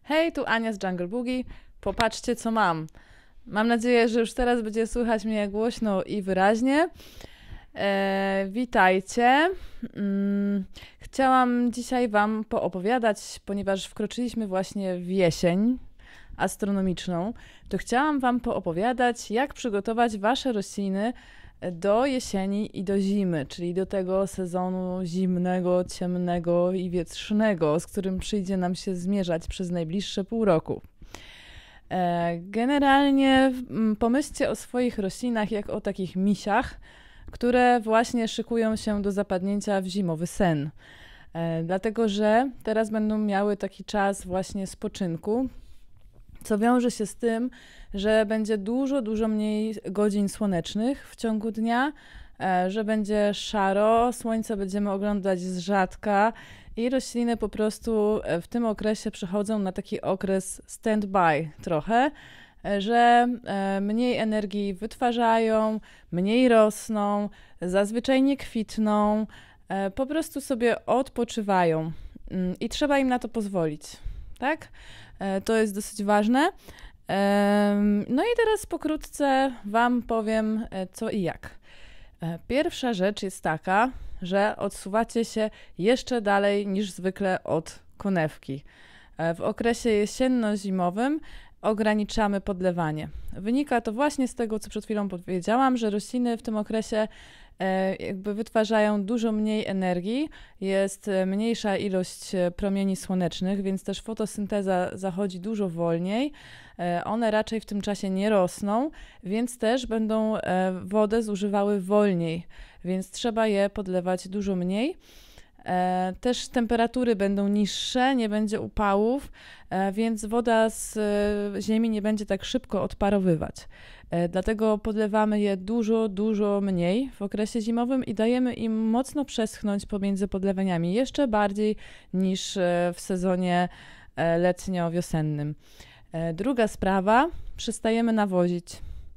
Hej, tu Ania z Jungle Boogie. Popatrzcie, co mam. Mam nadzieję, że już teraz będzie słychać mnie głośno i wyraźnie. Witajcie. Chciałam dzisiaj Wam poopowiadać, ponieważ wkroczyliśmy właśnie w jesień astronomiczną, to chciałam Wam poopowiadać, jak przygotować Wasze rośliny do jesieni i do zimy, czyli do tego sezonu zimnego, ciemnego i wietrznego, z którym przyjdzie nam się zmierzać przez najbliższe pół roku. Generalnie pomyślcie o swoich roślinach jak o takich misiach, które właśnie szykują się do zapadnięcia w zimowy sen. Dlatego, że teraz będą miały taki czas właśnie spoczynku, co wiąże się z tym, że będzie dużo mniej godzin słonecznych w ciągu dnia, że będzie szaro, słońce będziemy oglądać z rzadka i rośliny po prostu w tym okresie przechodzą na taki okres stand-by trochę, że mniej energii wytwarzają, mniej rosną, zazwyczaj nie kwitną, po prostu sobie odpoczywają i trzeba im na to pozwolić, tak? To jest dosyć ważne. No i teraz pokrótce Wam powiem co i jak. Pierwsza rzecz jest taka, że odsuwacie się jeszcze dalej niż zwykle od konewki. W okresie jesienno-zimowym ograniczamy podlewanie. Wynika to właśnie z tego, co przed chwilą powiedziałam, że rośliny w tym okresie jakby wytwarzają dużo mniej energii, jest mniejsza ilość promieni słonecznych, więc też fotosynteza zachodzi dużo wolniej. One raczej w tym czasie nie rosną, więc też będą wodę zużywały wolniej, więc trzeba je podlewać dużo mniej. Też temperatury będą niższe, nie będzie upałów, więc woda z ziemi nie będzie tak szybko odparowywać. Dlatego podlewamy je dużo mniej w okresie zimowym i dajemy im mocno przeschnąć pomiędzy podlewaniami, jeszcze bardziej niż w sezonie letnio-wiosennym. Druga sprawa, przestajemy nawozić.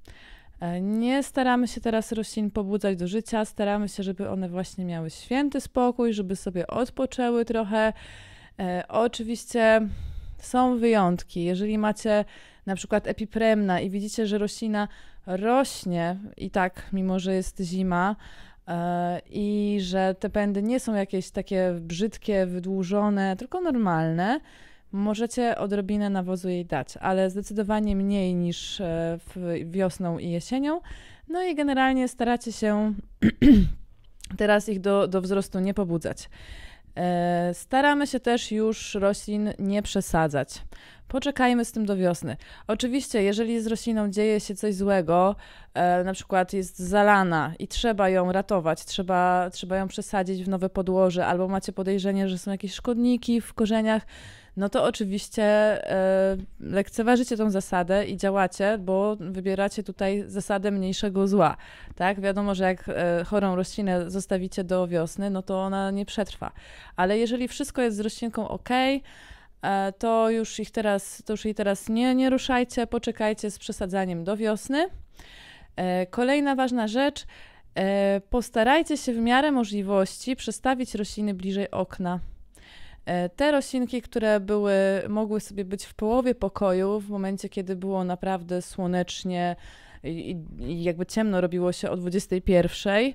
Nie staramy się teraz roślin pobudzać do życia, staramy się, żeby one właśnie miały święty spokój, żeby sobie odpoczęły trochę. Oczywiście są wyjątki. Jeżeli macie na przykład epipremna i widzicie, że roślina rośnie i tak, mimo że jest zima i że te pędy nie są jakieś takie brzydkie, wydłużone, tylko normalne, możecie odrobinę nawozu jej dać, ale zdecydowanie mniej niż wiosną i jesienią. No i generalnie staracie się teraz ich do wzrostu nie pobudzać. Staramy się też już roślin nie przesadzać. Poczekajmy z tym do wiosny. Oczywiście, jeżeli z rośliną dzieje się coś złego, na przykład jest zalana i trzeba ją ratować, trzeba ją przesadzić w nowe podłoże, albo macie podejrzenie, że są jakieś szkodniki w korzeniach, no to oczywiście lekceważycie tą zasadę i działacie, bo wybieracie tutaj zasadę mniejszego zła. Tak? Wiadomo, że jak chorą roślinę zostawicie do wiosny, no to ona nie przetrwa. Ale jeżeli wszystko jest z roślinką ok, to już jej teraz nie ruszajcie, poczekajcie z przesadzaniem do wiosny. Kolejna ważna rzecz, postarajcie się w miarę możliwości przestawić rośliny bliżej okna. Te roślinki, które mogły sobie być w połowie pokoju, w momencie, kiedy było naprawdę słonecznie i jakby ciemno robiło się o 21:00,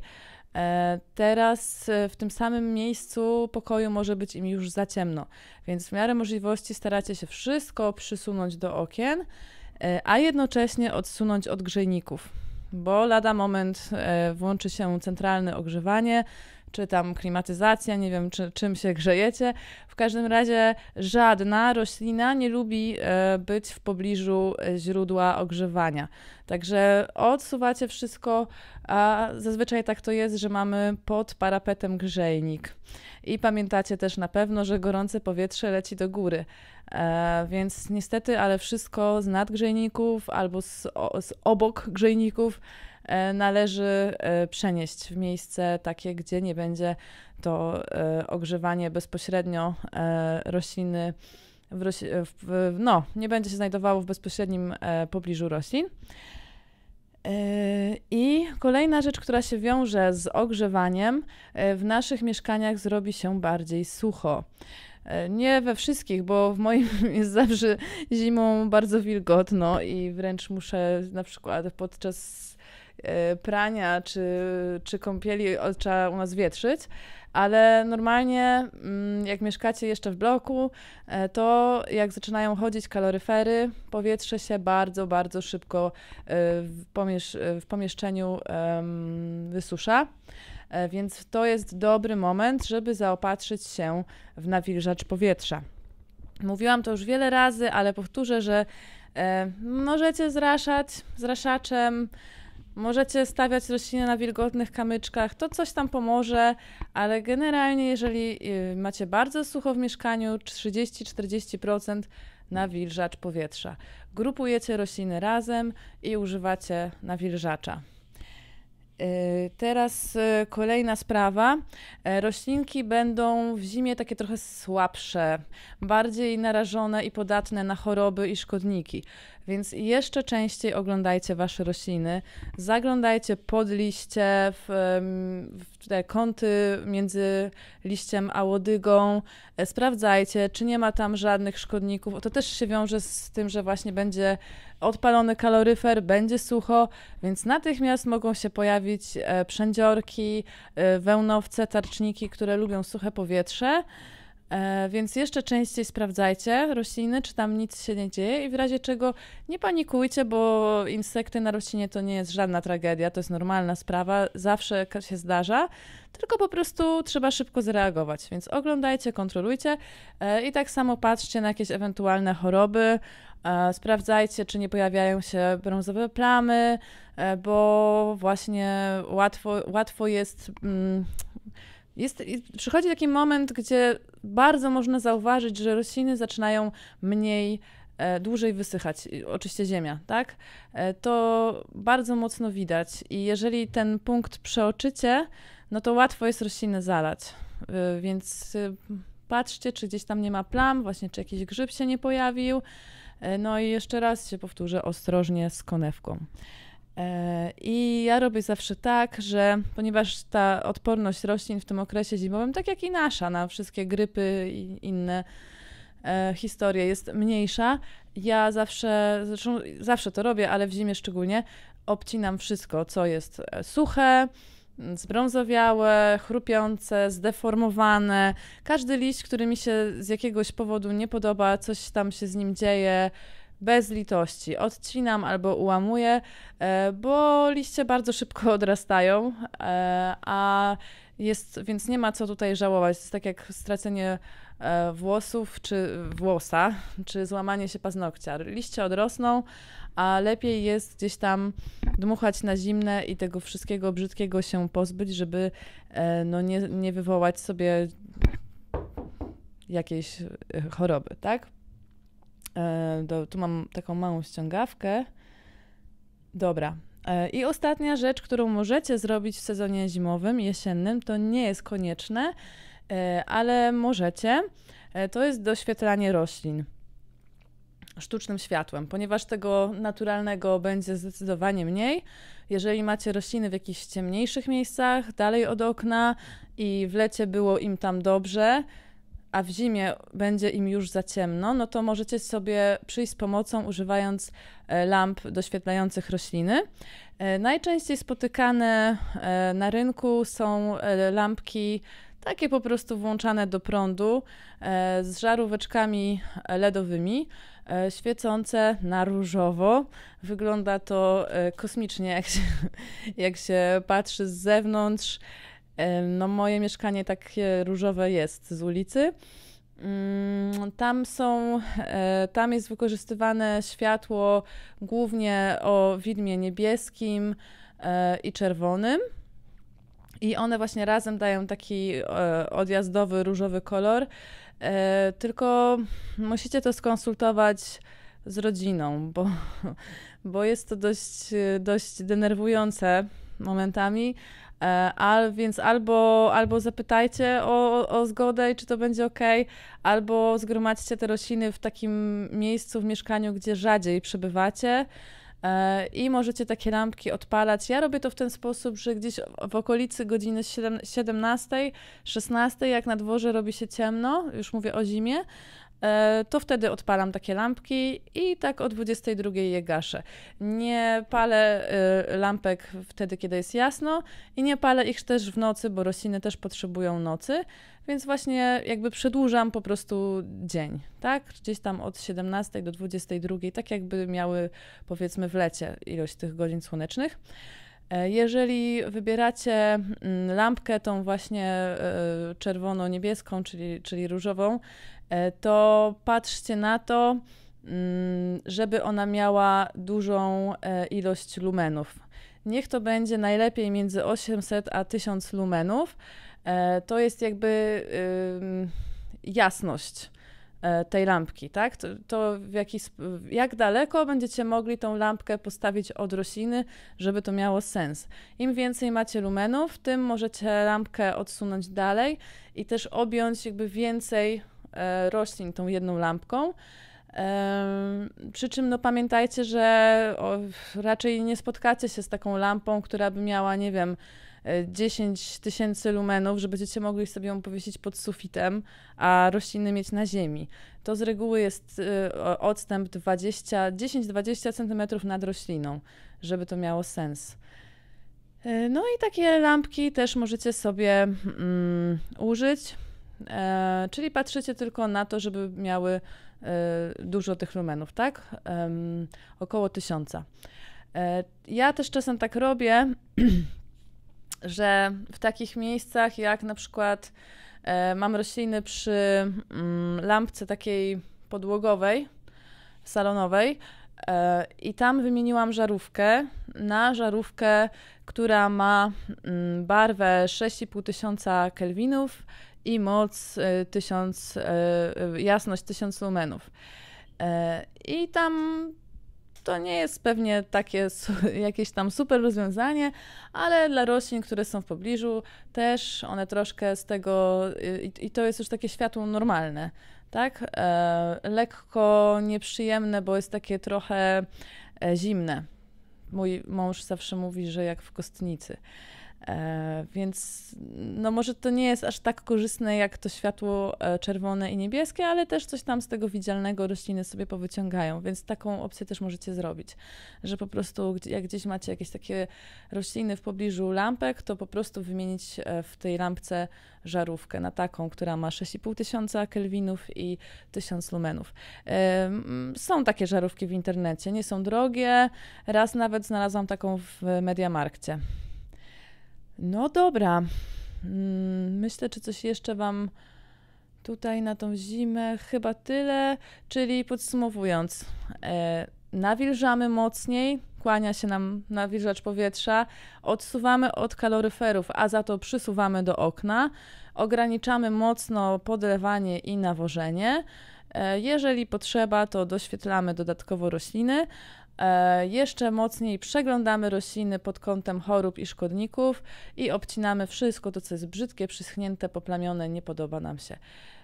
teraz w tym samym miejscu pokoju może być im już za ciemno, więc w miarę możliwości staracie się wszystko przysunąć do okien, a jednocześnie odsunąć od grzejników, bo lada moment włączy się centralne ogrzewanie, czy tam klimatyzacja, nie wiem czym się grzejecie. W każdym razie żadna roślina nie lubi być w pobliżu źródła ogrzewania. Także odsuwacie wszystko, a zazwyczaj tak to jest, że mamy pod parapetem grzejnik. I pamiętacie też na pewno, że gorące powietrze leci do góry. Więc niestety, ale wszystko z nadgrzejników albo z obok grzejników należy przenieść w miejsce takie, gdzie nie będzie to ogrzewanie bezpośrednio rośliny, nie będzie się znajdowało w bezpośrednim pobliżu roślin. I kolejna rzecz, która się wiąże z ogrzewaniem, w naszych mieszkaniach zrobi się bardziej sucho. Nie we wszystkich, bo w moim jest zawsze zimą bardzo wilgotno i wręcz muszę na przykład podczas prania czy kąpieli trzeba u nas wietrzyć, ale normalnie jak mieszkacie jeszcze w bloku, to jak zaczynają chodzić kaloryfery, powietrze się bardzo, bardzo szybko w pomieszczeniu wysusza, więc to jest dobry moment, żeby zaopatrzyć się w nawilżacz powietrza. Mówiłam to już wiele razy, ale powtórzę, że możecie zraszać zraszaczem, możecie stawiać rośliny na wilgotnych kamyczkach, to coś tam pomoże, ale generalnie jeżeli macie bardzo sucho w mieszkaniu, 30-40% nawilżacz powietrza. Grupujecie rośliny razem i używacie nawilżacza. Teraz kolejna sprawa. Roślinki będą w zimie takie trochę słabsze, bardziej narażone i podatne na choroby i szkodniki. Więc jeszcze częściej oglądajcie wasze rośliny, zaglądajcie pod liście, w te kąty między liściem a łodygą, sprawdzajcie, czy nie ma tam żadnych szkodników. To też się wiąże z tym, że właśnie będzie odpalony kaloryfer, będzie sucho, więc natychmiast mogą się pojawić przędziorki, wełnowce, tarczniki, które lubią suche powietrze. Więc jeszcze częściej sprawdzajcie rośliny, czy tam nic się nie dzieje i w razie czego nie panikujcie, bo insekty na roślinie to nie jest żadna tragedia, to jest normalna sprawa, zawsze się zdarza, tylko po prostu trzeba szybko zareagować, więc oglądajcie, kontrolujcie i tak samo patrzcie na jakieś ewentualne choroby, sprawdzajcie, czy nie pojawiają się brązowe plamy, bo właśnie łatwo jest... Przychodzi taki moment, gdzie bardzo można zauważyć, że rośliny zaczynają dłużej wysychać, oczywiście ziemia, tak? To bardzo mocno widać i jeżeli ten punkt przeoczycie, no to łatwo jest rośliny zalać, więc patrzcie, czy gdzieś tam nie ma plam, właśnie czy jakiś grzyb się nie pojawił, no i jeszcze raz się powtórzę, ostrożnie z konewką. I ja robię zawsze tak, że ponieważ ta odporność roślin w tym okresie zimowym, tak jak i nasza, na wszystkie grypy i inne historie jest mniejsza, ja zawsze to robię, ale w zimie szczególnie, obcinam wszystko, co jest suche, zbrązowiałe, chrupiące, zdeformowane. Każdy liść, który mi się z jakiegoś powodu nie podoba, coś tam się z nim dzieje, bez litości. Odcinam albo ułamuję, bo liście bardzo szybko odrastają, więc nie ma co tutaj żałować. To jest tak jak stracenie włosów czy włosa, czy złamanie się paznokcia. Liście odrosną, a lepiej jest gdzieś tam dmuchać na zimne i tego wszystkiego brzydkiego się pozbyć, żeby nie wywołać sobie jakiejś choroby, tak? Tu mam taką małą ściągawkę. Dobra. I ostatnia rzecz, którą możecie zrobić w sezonie zimowym, jesiennym, to nie jest konieczne, ale możecie, to jest doświetlanie roślin sztucznym światłem, ponieważ tego naturalnego będzie zdecydowanie mniej. Jeżeli macie rośliny w jakichś ciemniejszych miejscach, dalej od okna i w lecie było im tam dobrze, a w zimie będzie im już za ciemno, no to możecie sobie przyjść z pomocą, używając lamp doświetlających rośliny. Najczęściej spotykane na rynku są lampki takie po prostu włączane do prądu z żaróweczkami LEDowymi, świecące na różowo. Wygląda to kosmicznie, jak się patrzy z zewnątrz. No moje mieszkanie takie różowe jest z ulicy. Tam jest wykorzystywane światło głównie o widmie niebieskim i czerwonym. I one właśnie razem dają taki odjazdowy, różowy kolor. Tylko musicie to skonsultować z rodziną, bo jest to dość denerwujące momentami. Więc albo zapytajcie o zgodę i czy to będzie ok, albo zgromadźcie te rośliny w takim miejscu w mieszkaniu, gdzie rzadziej przebywacie i możecie takie lampki odpalać. Ja robię to w ten sposób, że gdzieś w okolicy godziny 17, 16, jak na dworze robi się ciemno, już mówię o zimie, to wtedy odpalam takie lampki i tak o 22 je gaszę. Nie palę lampek wtedy, kiedy jest jasno i nie palę ich też w nocy, bo rośliny też potrzebują nocy, więc właśnie jakby przedłużam po prostu dzień, tak? Gdzieś tam od 17 do 22, tak jakby miały powiedzmy w lecie ilość tych godzin słonecznych. Jeżeli wybieracie lampkę tą właśnie czerwono-niebieską, czyli różową, to patrzcie na to, żeby ona miała dużą ilość lumenów. Niech to będzie najlepiej między 800 a 1000 lumenów. To jest jakby jasność tej lampki, tak? To jak daleko będziecie mogli tą lampkę postawić od rośliny, żeby to miało sens. Im więcej macie lumenów, tym możecie lampkę odsunąć dalej i też objąć jakby więcej roślin tą jedną lampką. Przy czym no pamiętajcie, że raczej nie spotkacie się z taką lampą, która by miała, nie wiem, 10 000 lumenów, że będziecie mogli sobie ją powiesić pod sufitem, a rośliny mieć na ziemi. To z reguły jest odstęp 10-20 cm nad rośliną, żeby to miało sens. No i takie lampki też możecie sobie użyć, czyli patrzycie tylko na to, żeby miały dużo tych lumenów, tak? Około 1000. Ja też czasem tak robię, że w takich miejscach jak na przykład mam rośliny przy lampce takiej podłogowej, salonowej i tam wymieniłam żarówkę na żarówkę, która ma barwę 6500 kelwinów i moc 1000, jasność 1000 lumenów. I tam to nie jest pewnie takie jakieś tam super rozwiązanie, ale dla roślin, które są w pobliżu, też one troszkę z tego, i to jest już takie światło normalne, tak? Lekko nieprzyjemne, bo jest takie trochę zimne. Mój mąż zawsze mówi, że jak w kostnicy. Więc no może to nie jest aż tak korzystne jak to światło czerwone i niebieskie, ale też coś tam z tego widzialnego rośliny sobie powyciągają, więc taką opcję też możecie zrobić, że po prostu jak gdzieś macie jakieś takie rośliny w pobliżu lampek, to po prostu wymienić w tej lampce żarówkę na taką, która ma 6500 kelwinów i 1000 lumenów. Są takie żarówki w internecie, nie są drogie, raz nawet znalazłam taką w Mediamarkcie. No dobra, myślę, czy coś jeszcze Wam tutaj na tą zimę, chyba tyle, czyli podsumowując, nawilżamy mocniej, kłania się nam nawilżacz powietrza, odsuwamy od kaloryferów, a za to przysuwamy do okna, ograniczamy mocno podlewanie i nawożenie, jeżeli potrzeba, to doświetlamy dodatkowo rośliny, jeszcze mocniej przeglądamy rośliny pod kątem chorób i szkodników i obcinamy wszystko to, co jest brzydkie, przyschnięte, poplamione, nie podoba nam się.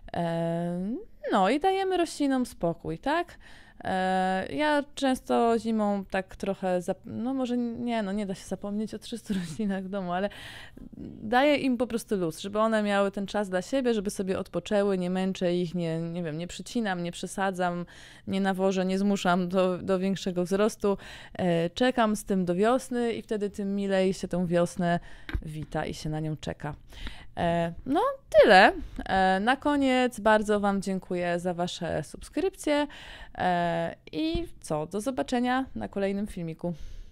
No i dajemy roślinom spokój, tak? Ja często zimą tak trochę, no może nie da się zapomnieć o 300 roślinach w domu, ale daję im po prostu luz, żeby one miały ten czas dla siebie, żeby sobie odpoczęły, nie męczę ich, nie wiem, nie przycinam, nie przesadzam, nie nawożę, nie zmuszam do większego wzrostu. Czekam z tym do wiosny i wtedy tym milej się tą wiosnę wita i się na nią czeka. No, tyle. Na koniec bardzo Wam dziękuję za Wasze subskrypcje i do zobaczenia na kolejnym filmiku.